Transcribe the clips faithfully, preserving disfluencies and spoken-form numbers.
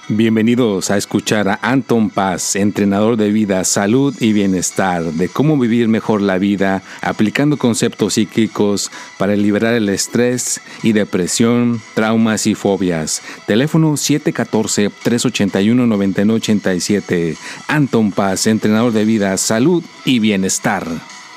Bienvenidos a escuchar a Anton Paz, entrenador de vida, salud y bienestar, de cómo vivir mejor la vida, aplicando conceptos psíquicos para liberar el estrés y depresión, traumas y fobias. Teléfono siete uno cuatro, tres ocho uno, nueve nueve ocho siete. Anton Paz, entrenador de vida, salud y bienestar.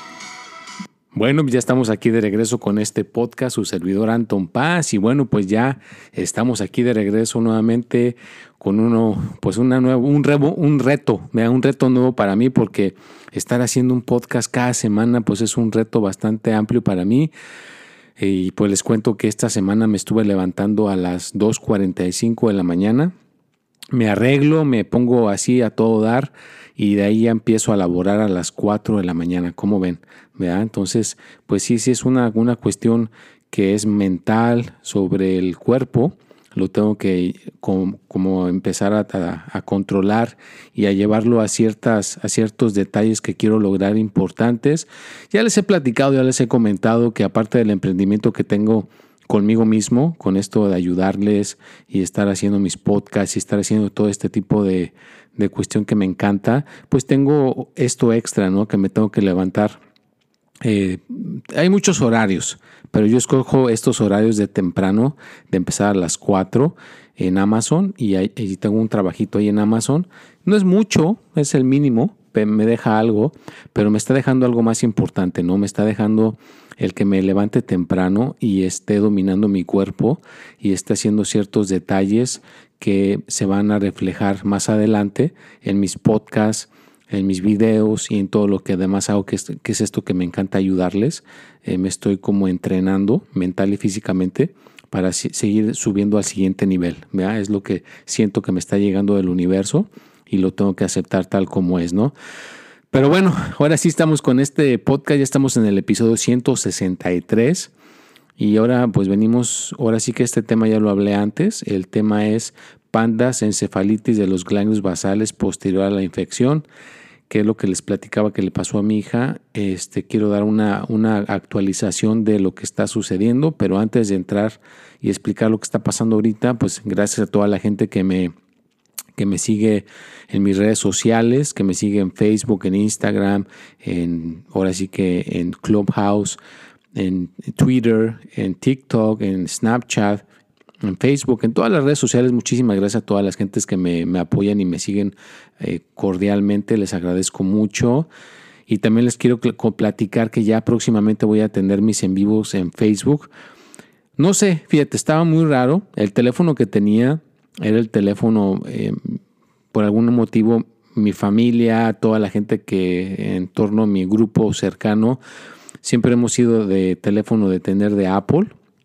Bueno, ya estamos aquí de regreso con este podcast, su servidor Anton Paz, y bueno, pues ya estamos aquí de regreso nuevamente con uno, pues una nueva, un, revo, un reto, un reto nuevo para mí, porque estar haciendo un podcast cada semana, pues es un reto bastante amplio para mí. Y pues les cuento que esta semana me estuve levantando a las dos cuarenta y cinco de la mañana. Me arreglo, me pongo así a todo dar y de ahí ya empiezo a laborar a las cuatro de la mañana, ¿cómo ven? ¿Verdad? Entonces, pues sí, sí es una, una cuestión que es mental sobre el cuerpo. Lo tengo que como, como empezar a, a, a controlar y a llevarlo a, ciertas, a ciertos detalles que quiero lograr importantes. Ya les he platicado, ya les he comentado que aparte del emprendimiento que tengo conmigo mismo, con esto de ayudarles y estar haciendo mis podcasts y estar haciendo todo este tipo de, de cuestión que me encanta, pues tengo esto extra, ¿no? Que me tengo que levantar. Eh, hay muchos horarios, pero yo escojo estos horarios de temprano, de empezar a las cuatro en Amazon y, hay, y tengo un trabajito ahí en Amazon. No es mucho, es el mínimo, me deja algo, pero me está dejando algo más importante, ¿no? Me está dejando el que me levante temprano y esté dominando mi cuerpo y esté haciendo ciertos detalles que se van a reflejar más adelante en mis podcasts, en mis videos y en todo lo que además hago, que es, que es esto que me encanta ayudarles. Eh, me estoy como entrenando mental y físicamente para si, seguir subiendo al siguiente nivel, ¿verdad? Es lo que siento que me está llegando del universo y lo tengo que aceptar tal como es, ¿no? Pero bueno, ahora sí estamos con este podcast, ya estamos en el episodio ciento sesenta y tres y ahora pues venimos, ahora sí que este tema ya lo hablé antes, el tema es pandas, encefalitis de los ganglios basales posterior a la infección, que es lo que les platicaba que le pasó a mi hija. Este, quiero dar una, una actualización de lo que está sucediendo, pero antes de entrar y explicar lo que está pasando ahorita, pues gracias a toda la gente que me que me sigue en mis redes sociales, que me sigue en Facebook, en Instagram, en, ahora sí que en Clubhouse, en Twitter, en TikTok, en Snapchat, en Facebook, en todas las redes sociales. Muchísimas gracias a todas las gentes que me, me apoyan y me siguen eh, cordialmente. Les agradezco mucho. Y también les quiero platicar que ya próximamente voy a tener mis en vivos en Facebook. No sé, fíjate, estaba muy raro. El teléfono que tenía era el teléfono, eh, por algún motivo, mi familia, toda la gente que en torno a mi grupo cercano, siempre hemos sido de teléfono de tener de Apple.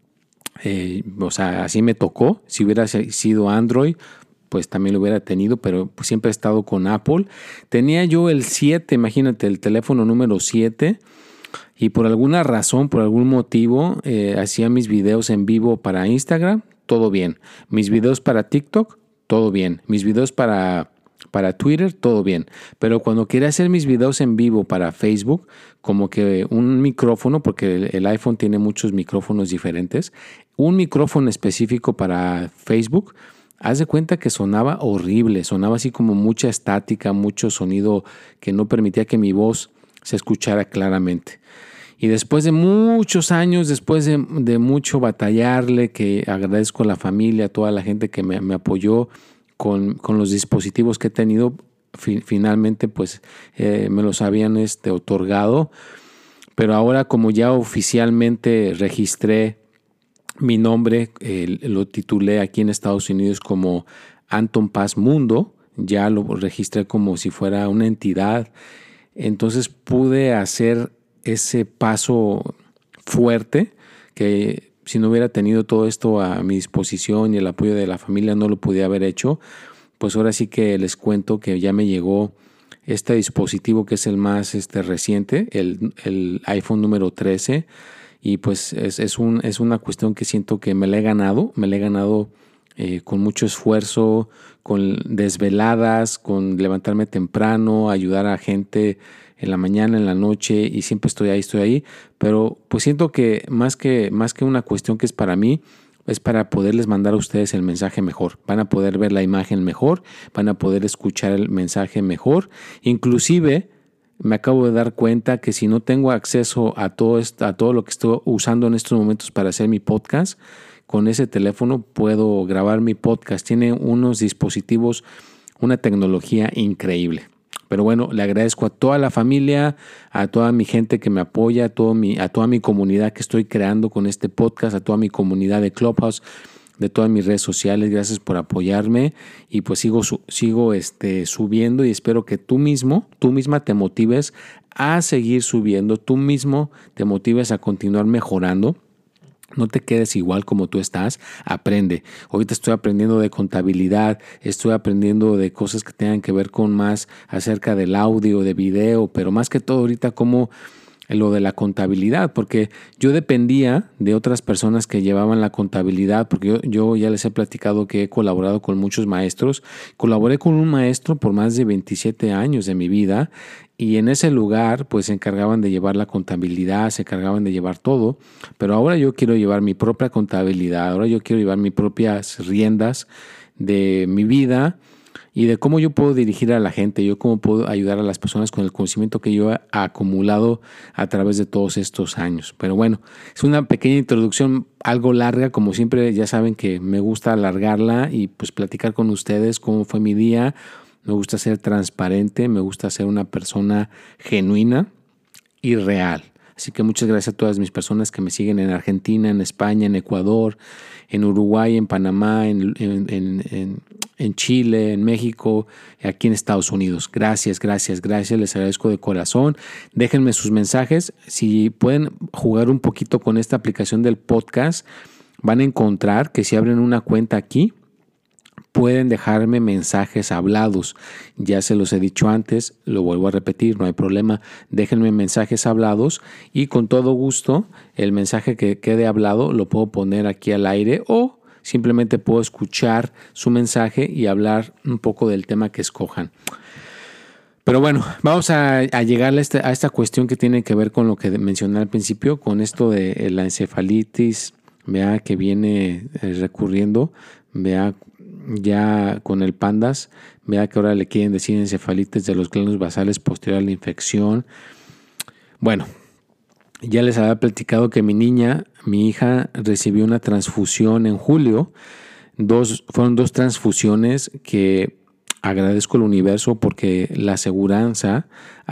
Eh, o sea, así me tocó. Si hubiera sido Android, pues también lo hubiera tenido, pero pues siempre he estado con Apple. Tenía yo el siete, imagínate, el teléfono número siete. Y por alguna razón, por algún motivo, eh, hacía mis videos en vivo para Instagram, todo bien. Mis videos para TikTok, todo bien. Mis videos para, para Twitter, todo bien. Pero cuando quería hacer mis videos en vivo para Facebook, como que un micrófono, porque el, el iPhone tiene muchos micrófonos diferentes, un micrófono específico para Facebook, haz de cuenta que sonaba horrible. Sonaba así como mucha estática, mucho sonido que no permitía que mi voz se escuchara claramente. Y después de muchos años, después de, de mucho batallarle, que agradezco a la familia, a toda la gente que me, me apoyó con, con los dispositivos que he tenido, fi, finalmente pues eh, me los habían este, otorgado. Pero ahora, como ya oficialmente registré mi nombre, eh, lo titulé aquí en Estados Unidos como Anton Paz Mundo, ya lo registré como si fuera una entidad. Entonces pude hacer ese paso fuerte que si no hubiera tenido todo esto a mi disposición y el apoyo de la familia no lo pudiera haber hecho. Pues ahora sí que les cuento que ya me llegó este dispositivo que es el más este, reciente, el, el iPhone número trece, y pues es, es, un, es una cuestión que siento que me la he ganado, me la he ganado eh, con mucho esfuerzo, con desveladas, con levantarme temprano, ayudar a gente en la mañana, en la noche, y siempre estoy ahí, estoy ahí, pero pues siento que más que, más que una cuestión que es para mí, es para poderles mandar a ustedes el mensaje mejor. Van a poder ver la imagen mejor, van a poder escuchar el mensaje mejor. Inclusive me acabo de dar cuenta que si no tengo acceso a todo, esto, a todo lo que estoy usando en estos momentos para hacer mi podcast, con ese teléfono puedo grabar mi podcast. Tiene unos dispositivos, una tecnología increíble. Pero bueno, le agradezco a toda la familia, a toda mi gente que me apoya, a, todo mi, a toda mi comunidad que estoy creando con este podcast, a toda mi comunidad de Clubhouse, de todas mis redes sociales. Gracias por apoyarme y pues sigo, sigo este, subiendo y espero que tú mismo, tú misma te motives a seguir subiendo, tú mismo te motives a continuar mejorando. No te quedes igual como tú estás, aprende. Ahorita estoy aprendiendo de contabilidad, estoy aprendiendo de cosas que tengan que ver con más acerca del audio, de video, pero más que todo ahorita como lo de la contabilidad, porque yo dependía de otras personas que llevaban la contabilidad, porque yo, yo ya les he platicado que he colaborado con muchos maestros. Colaboré con un maestro por más de veintisiete años de mi vida y en ese lugar pues se encargaban de llevar la contabilidad, se encargaban de llevar todo, pero ahora yo quiero llevar mi propia contabilidad, ahora yo quiero llevar mis propias riendas de mi vida y de cómo yo puedo dirigir a la gente, yo cómo puedo ayudar a las personas con el conocimiento que yo he acumulado a través de todos estos años. Pero bueno, es una pequeña introducción algo larga, como siempre ya saben que me gusta alargarla y pues platicar con ustedes cómo fue mi día. Me gusta ser transparente, me gusta ser una persona genuina y real. Así que muchas gracias a todas mis personas que me siguen en Argentina, en España, en Ecuador, en Uruguay, en Panamá, en, en, en, en Chile, en México, aquí en Estados Unidos. Gracias, gracias, gracias. Les agradezco de corazón. Déjenme sus mensajes. Si pueden jugar un poquito con esta aplicación del podcast, van a encontrar que si abren una cuenta aquí, pueden dejarme mensajes hablados. Ya se los he dicho antes, lo vuelvo a repetir, no hay problema. Déjenme mensajes hablados y con todo gusto el mensaje que quede hablado lo puedo poner aquí al aire o simplemente puedo escuchar su mensaje y hablar un poco del tema que escojan. Pero bueno, vamos a, a llegar a, este, a esta cuestión que tiene que ver con lo que mencioné al principio, con esto de la encefalitis, vea, que viene eh, recurriendo, vea, ya con el pandas, vea que ahora le quieren decir encefalitis de los gránulos basales posterior a la infección. Bueno, ya les había platicado que mi niña, mi hija, recibió una transfusión en julio. Dos, fueron dos transfusiones que agradezco al universo porque la aseguranza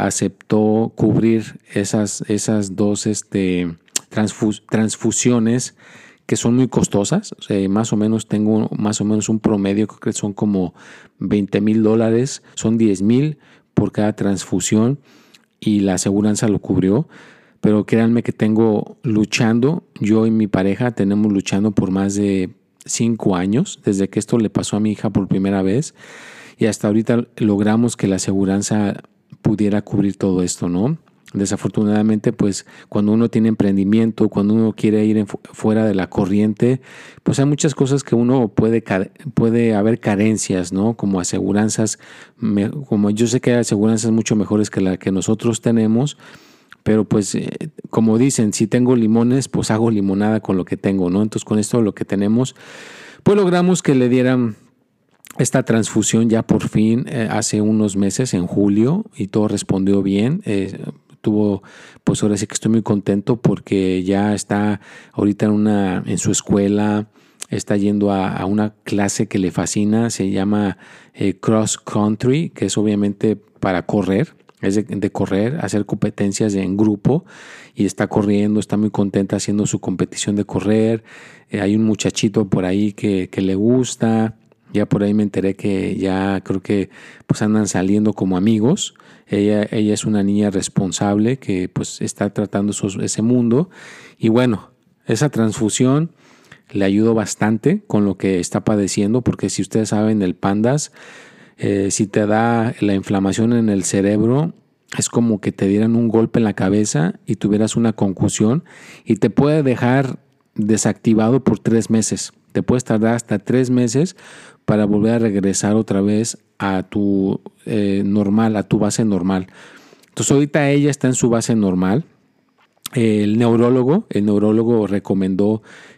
aceptó cubrir esas, esas dos este, transfus, transfusiones que son muy costosas. O sea, más o menos tengo más o menos un promedio, creo que son como veinte mil dólares, son diez mil por cada transfusión y la aseguranza lo cubrió. Pero créanme que tengo luchando, yo y mi pareja tenemos luchando por más de cinco años, desde que esto le pasó a mi hija por primera vez y hasta ahorita logramos que la aseguranza pudiera cubrir todo esto, ¿no? Desafortunadamente, pues cuando uno tiene emprendimiento, cuando uno quiere ir en fu- fuera de la corriente, pues hay muchas cosas que uno puede, puede haber carencias, ¿no? Como aseguranzas, me, como yo sé que hay aseguranzas mucho mejores que la que nosotros tenemos, pero pues eh, como dicen, si tengo limones, pues hago limonada con lo que tengo, ¿no? Entonces con esto lo que tenemos, pues logramos que le dieran esta transfusión ya por fin eh, hace unos meses, en julio, y todo respondió bien. Eh, tuvo, pues ahora sí que estoy muy contento porque ya está ahorita en una, en su escuela, está yendo a, a una clase que le fascina, se llama eh, Cross Country, que es obviamente para correr, es de, de correr, hacer competencias en grupo y está corriendo, está muy contenta haciendo su competición de correr. Eh, hay un muchachito por ahí que, que le gusta. Ya por ahí me enteré que ya creo que pues andan saliendo como amigos. Ella, ella es una niña responsable que pues está tratando esos, ese mundo. Y bueno, esa transfusión le ayudó bastante con lo que está padeciendo, porque si ustedes saben, el pandas, eh, si te da la inflamación en el cerebro, es como que te dieran un golpe en la cabeza y tuvieras una concusión y te puede dejar desactivado por tres meses. Te puedes tardar hasta tres meses para volver a regresar otra vez a tu eh, normal, a tu base normal. Entonces ahorita ella está en su base normal. El neurólogo, el neurólogo recomendó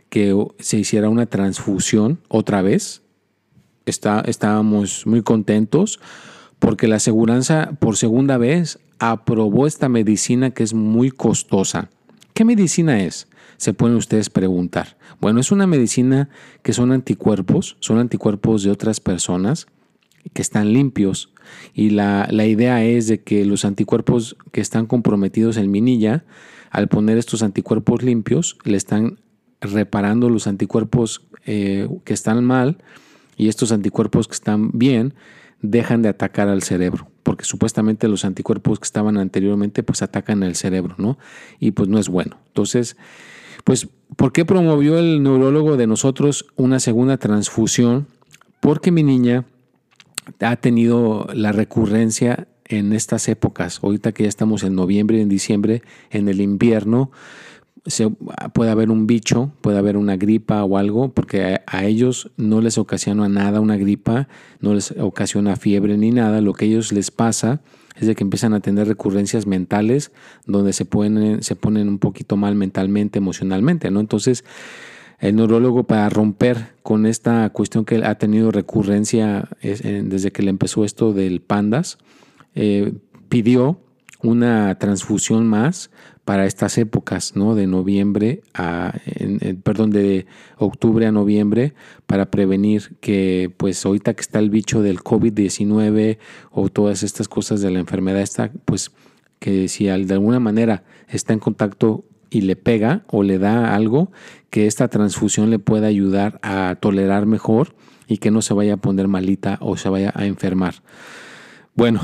que se hiciera una transfusión otra vez. Está, estábamos muy contentos porque la aseguranza por segunda vez aprobó esta medicina que es muy costosa. ¿Qué medicina es? Se pueden ustedes preguntar. Bueno, es una medicina que son anticuerpos, son anticuerpos de otras personas que están limpios, y la, la idea es de que los anticuerpos que están comprometidos en mi niña, al poner estos anticuerpos limpios, le están reparando los anticuerpos eh, que están mal, y estos anticuerpos que están bien dejan de atacar al cerebro, porque supuestamente los anticuerpos que estaban anteriormente pues atacan al cerebro, ¿no? Y pues no es bueno. Entonces, pues, ¿por qué promovió el neurólogo de nosotros una segunda transfusión? Porque mi niña ha tenido la recurrencia en estas épocas. Ahorita que ya estamos en noviembre y en diciembre, en el invierno, se, puede haber un bicho, puede haber una gripa o algo, porque a, a ellos no les ocasiona nada una gripa, no les ocasiona fiebre ni nada. Lo que a ellos les pasa es de que empiezan a tener recurrencias mentales donde se ponen, se ponen un poquito mal mentalmente, emocionalmente, ¿no? Entonces, el neurólogo, para romper con esta cuestión que ha tenido recurrencia desde que le empezó esto del pandas, eh, pidió una transfusión más para estas épocas, ¿no? De noviembre a, en, en, perdón, de octubre a noviembre, para prevenir que, pues, ahorita que está el bicho del COVID diecinueve o todas estas cosas de la enfermedad esta, pues, que si de alguna manera está en contacto y le pega o le da algo, que esta transfusión le pueda ayudar a tolerar mejor y que no se vaya a poner malita o se vaya a enfermar. Bueno,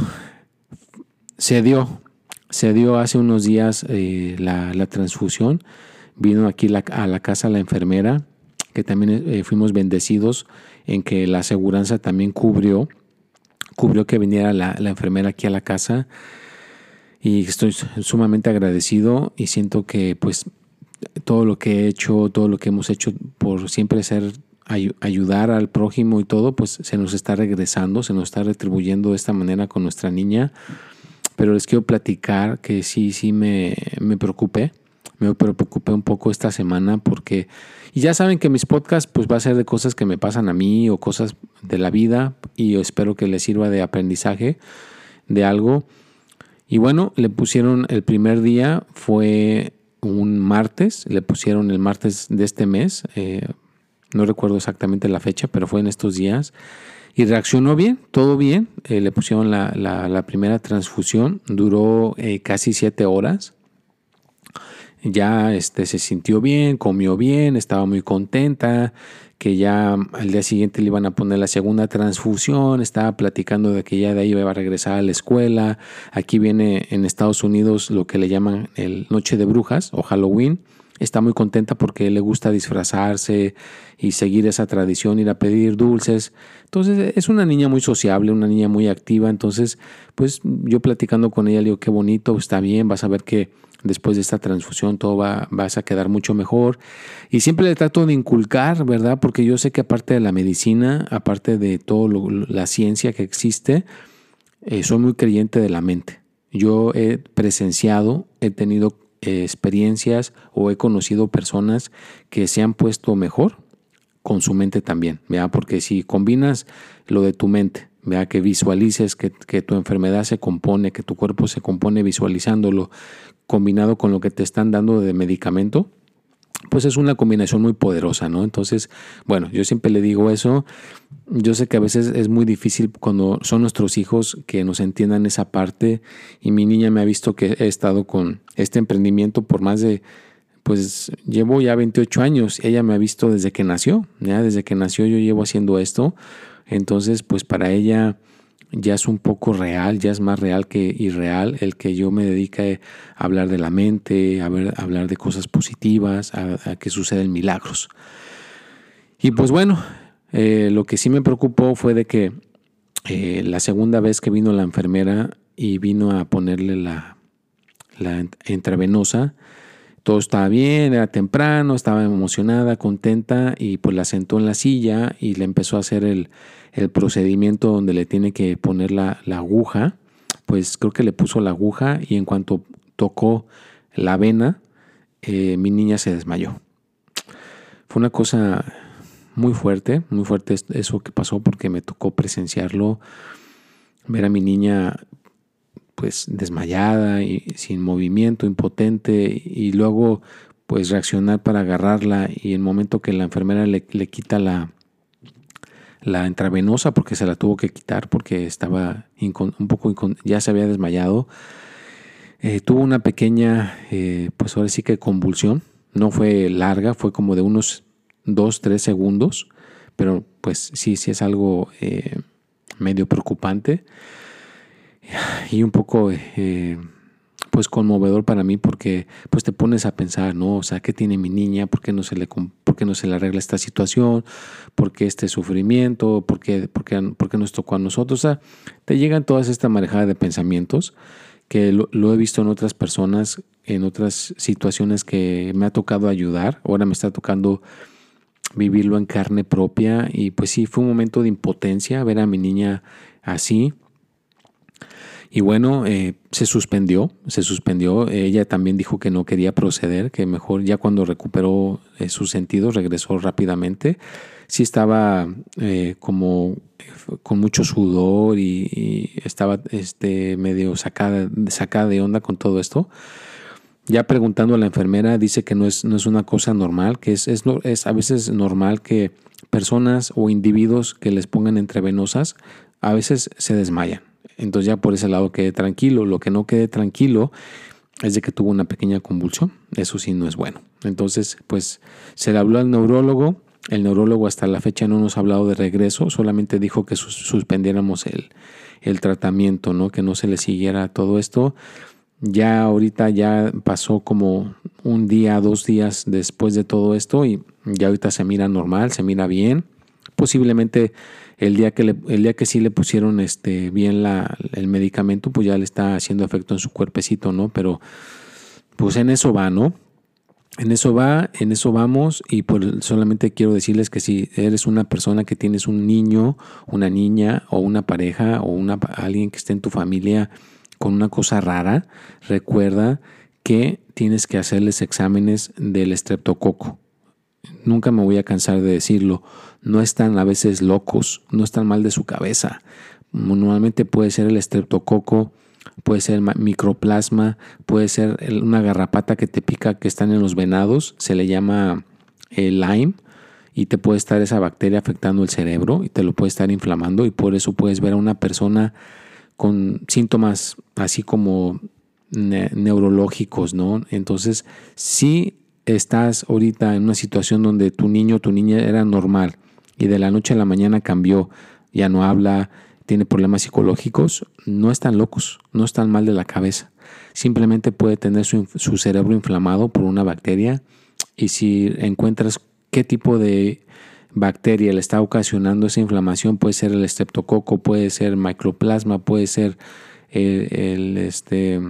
se dio, se dio hace unos días eh, la, la transfusión. Vino aquí la, a la casa la enfermera, que también eh, fuimos bendecidos en que la aseguranza también cubrió, cubrió que viniera la, la enfermera aquí a la casa. Y estoy sumamente agradecido y siento que pues todo lo que he hecho, todo lo que hemos hecho por siempre ser, ay, ayudar al prójimo y todo, pues se nos está regresando, se nos está retribuyendo de esta manera con nuestra niña. Pero les quiero platicar que sí, sí me, me preocupé, me preocupé un poco esta semana porque, y ya saben que mis podcasts pues va a ser de cosas que me pasan a mí o cosas de la vida, y yo espero que les sirva de aprendizaje de algo. Y bueno, le pusieron el primer día, fue un martes, le pusieron el martes de este mes, eh, no recuerdo exactamente la fecha, pero fue en estos días, y reaccionó bien, todo bien. Eh, le pusieron la, la, la primera transfusión, duró eh, casi siete horas. Ya este, se sintió bien, comió bien, estaba muy contenta, que ya al día siguiente le iban a poner la segunda transfusión, estaba platicando de que ya de ahí iba a regresar a la escuela. Aquí viene en Estados Unidos lo que le llaman el Noche de Brujas o Halloween. Está muy contenta porque le gusta disfrazarse y seguir esa tradición, ir a pedir dulces. Entonces es una niña muy sociable, una niña muy activa. Entonces pues yo platicando con ella le digo, qué bonito, está bien, vas a ver que después de esta transfusión todo va, vas a quedar mucho mejor. Y siempre le trato de inculcar, ¿verdad? Porque yo sé que aparte de la medicina, aparte de toda la ciencia que existe, eh, soy muy creyente de la mente. Yo he presenciado, he tenido eh, experiencias o he conocido personas que se han puesto mejor con su mente también, ¿verdad? Porque si combinas lo de tu mente, ¿verdad? Que visualices que, que tu enfermedad se compone, que tu cuerpo se compone visualizándolo, combinado con lo que te están dando de medicamento, pues es una combinación muy poderosa, ¿no? Entonces, bueno, yo siempre le digo eso. Yo sé que a veces es muy difícil cuando son nuestros hijos que nos entiendan esa parte, y mi niña me ha visto que he estado con este emprendimiento por más de, pues llevo ya veintiocho años. Ella me ha visto desde que nació, ya desde que nació yo llevo haciendo esto. Entonces, pues para ella ya es un poco real, ya es más real que irreal el que yo me dedique a hablar de la mente, a, ver, a hablar de cosas positivas, a, a que suceden milagros. Y pues bueno, eh, lo que sí me preocupó fue de que eh, la segunda vez que vino la enfermera y vino a ponerle la, la intravenosa, todo estaba bien, era temprano, estaba emocionada, contenta, y pues la sentó en la silla y le empezó a hacer el, el procedimiento donde le tiene que poner la, la aguja. Pues creo que le puso la aguja y en cuanto tocó la vena, eh, mi niña se desmayó. Fue una cosa muy fuerte, muy fuerte eso que pasó porque me tocó presenciarlo, ver a mi niña pues desmayada y sin movimiento, impotente, y luego pues reaccionar para agarrarla, y el momento que la enfermera le, le quita la, la intravenosa, porque se la tuvo que quitar porque estaba incon, un poco incon, ya se había desmayado, eh, tuvo una pequeña eh, pues ahora sí que convulsión. No fue larga, fue como de unos dos, tres segundos, pero pues sí, sí es algo eh, medio preocupante y un poco eh, pues conmovedor para mí, porque pues te pones a pensar, ¿no? O sea, ¿qué tiene mi niña? ¿Por qué no se le, por qué no se le arregla esta situación? ¿Por qué este sufrimiento? ¿Por qué, por qué, por qué nos tocó a nosotros? O sea, te llegan todas esta marejada de pensamientos que lo, lo he visto en otras personas, en otras situaciones que me ha tocado ayudar. Ahora me está tocando vivirlo en carne propia, y pues sí, fue un momento de impotencia ver a mi niña así. Y bueno, eh, se suspendió, se suspendió. Ella también dijo que no quería proceder, que mejor ya cuando recuperó eh, sus sentidos regresó rápidamente. Sí estaba eh, como eh, con mucho sudor y, y estaba este, medio sacada, sacada de onda con todo esto. Ya preguntando a la enfermera, dice que no es, no es una cosa normal, que es, es, es a veces normal que personas o individuos que les pongan entrevenosas a veces se desmayan. Entonces ya por ese lado quedé tranquilo. Lo que no quedé tranquilo es de que tuvo una pequeña convulsión. Eso sí no es bueno. Entonces pues se le habló al neurólogo. El neurólogo hasta la fecha no nos ha hablado de regreso, solamente dijo que sus, suspendiéramos el, el tratamiento, ¿no? Que no se le siguiera todo esto. Ya ahorita ya pasó como un día, dos días después de todo esto, y ya ahorita se mira normal, se mira bien. Posiblemente el día que le, el día que sí le pusieron este bien la, el medicamento, pues ya le está haciendo efecto en su cuerpecito, ¿no? Pero pues en eso va, ¿no? En eso va, en eso vamos, y pues solamente quiero decirles que si eres una persona que tienes un niño, una niña o una pareja o una, alguien que esté en tu familia con una cosa rara, recuerda que tienes que hacerles exámenes del estreptococo. Nunca me voy a cansar de decirlo. No están a veces locos, no están mal de su cabeza. Normalmente puede ser el estreptococo, puede ser microplasma, puede ser una garrapata que te pica, que están en los venados, se le llama el Lyme, y te puede estar esa bacteria afectando el cerebro y te lo puede estar inflamando, y por eso puedes ver a una persona con síntomas así como ne- neurológicos, ¿no? Entonces, si estás ahorita en una situación donde tu niño o tu niña era normal y de la noche a la mañana cambió, ya no habla, tiene problemas psicológicos, no están locos, no están mal de la cabeza. Simplemente puede tener su, su cerebro inflamado por una bacteria, y si encuentras qué tipo de bacteria le está ocasionando esa inflamación, puede ser el estreptococo, puede ser microplasma, puede ser el, el, este,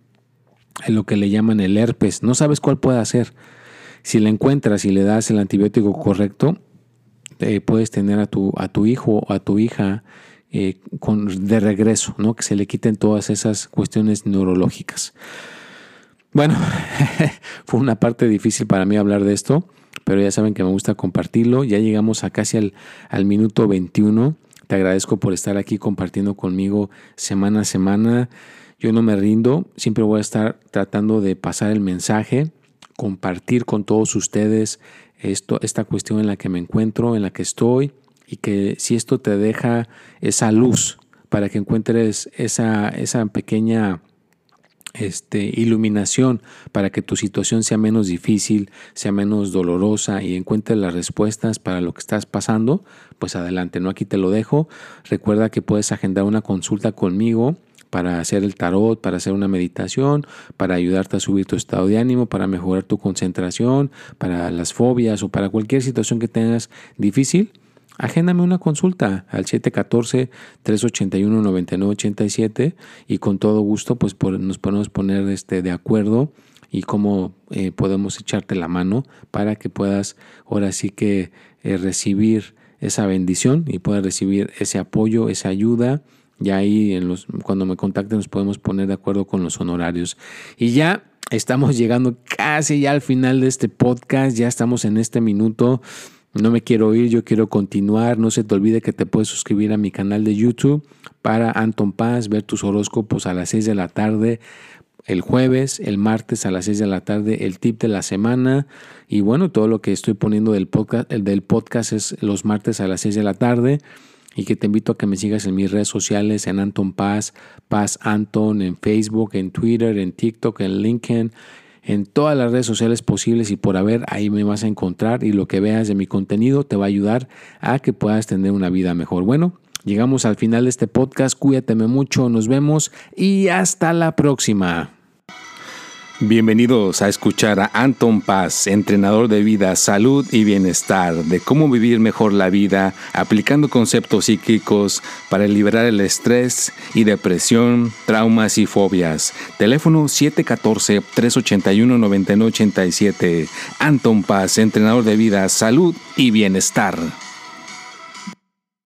lo que le llaman el herpes. No sabes cuál puede ser. Si la encuentras y le das el antibiótico correcto, eh, puedes tener a tu, a tu hijo o a tu hija eh, con, de regreso, ¿no? Que se le quiten todas esas cuestiones neurológicas. Bueno, fue una parte difícil para mí hablar de esto, pero ya saben que me gusta compartirlo. Ya llegamos a casi al, al minuto veintiuno. Te agradezco por estar aquí compartiendo conmigo semana a semana. Yo no me rindo, siempre voy a estar tratando de pasar el mensaje, compartir con todos ustedes esto, esta cuestión en la que me encuentro, en la que estoy, y que si esto te deja esa luz para que encuentres esa, esa pequeña Este, iluminación para que tu situación sea menos difícil, sea menos dolorosa, y encuentres las respuestas para lo que estás pasando, pues adelante, ¿no? Aquí te lo dejo. Recuerda que puedes agendar una consulta conmigo para hacer el tarot, para hacer una meditación, para ayudarte a subir tu estado de ánimo, para mejorar tu concentración, para las fobias o para cualquier situación que tengas difícil. Agéndame una consulta al siete uno cuatro, tres ocho uno, nueve nueve ocho siete, y con todo gusto pues por, nos podemos poner este, de acuerdo, y cómo eh, podemos echarte la mano para que puedas ahora sí que eh, recibir esa bendición y puedas recibir ese apoyo, esa ayuda. Ya ahí en los, cuando me contacten nos podemos poner de acuerdo con los honorarios. Y ya estamos llegando casi ya al final de este podcast. Ya estamos en este minuto. No me quiero ir, yo quiero continuar. No se te olvide que te puedes suscribir a mi canal de YouTube para Anton Paz, ver tus horóscopos a las seis de la tarde. El jueves, el martes a las seis de la tarde, el tip de la semana. Y bueno, todo lo que estoy poniendo del podcast, el del podcast es los martes a las seis de la tarde. Y que te invito a que me sigas en mis redes sociales, en Anton Paz, Paz Anton, en Facebook, en Twitter, en TikTok, en LinkedIn, en todas las redes sociales posibles y por haber, ahí me vas a encontrar. Y lo que veas de mi contenido te va a ayudar a que puedas tener una vida mejor. Bueno, llegamos al final de este podcast. Cuídate mucho, nos vemos y hasta la próxima. Bienvenidos a escuchar a Anton Paz, entrenador de vida, salud y bienestar, de cómo vivir mejor la vida, aplicando conceptos psíquicos para liberar el estrés y depresión, traumas y fobias. Teléfono siete uno cuatro, tres ocho uno, nueve nueve ocho siete. Anton Paz, entrenador de vida, salud y bienestar.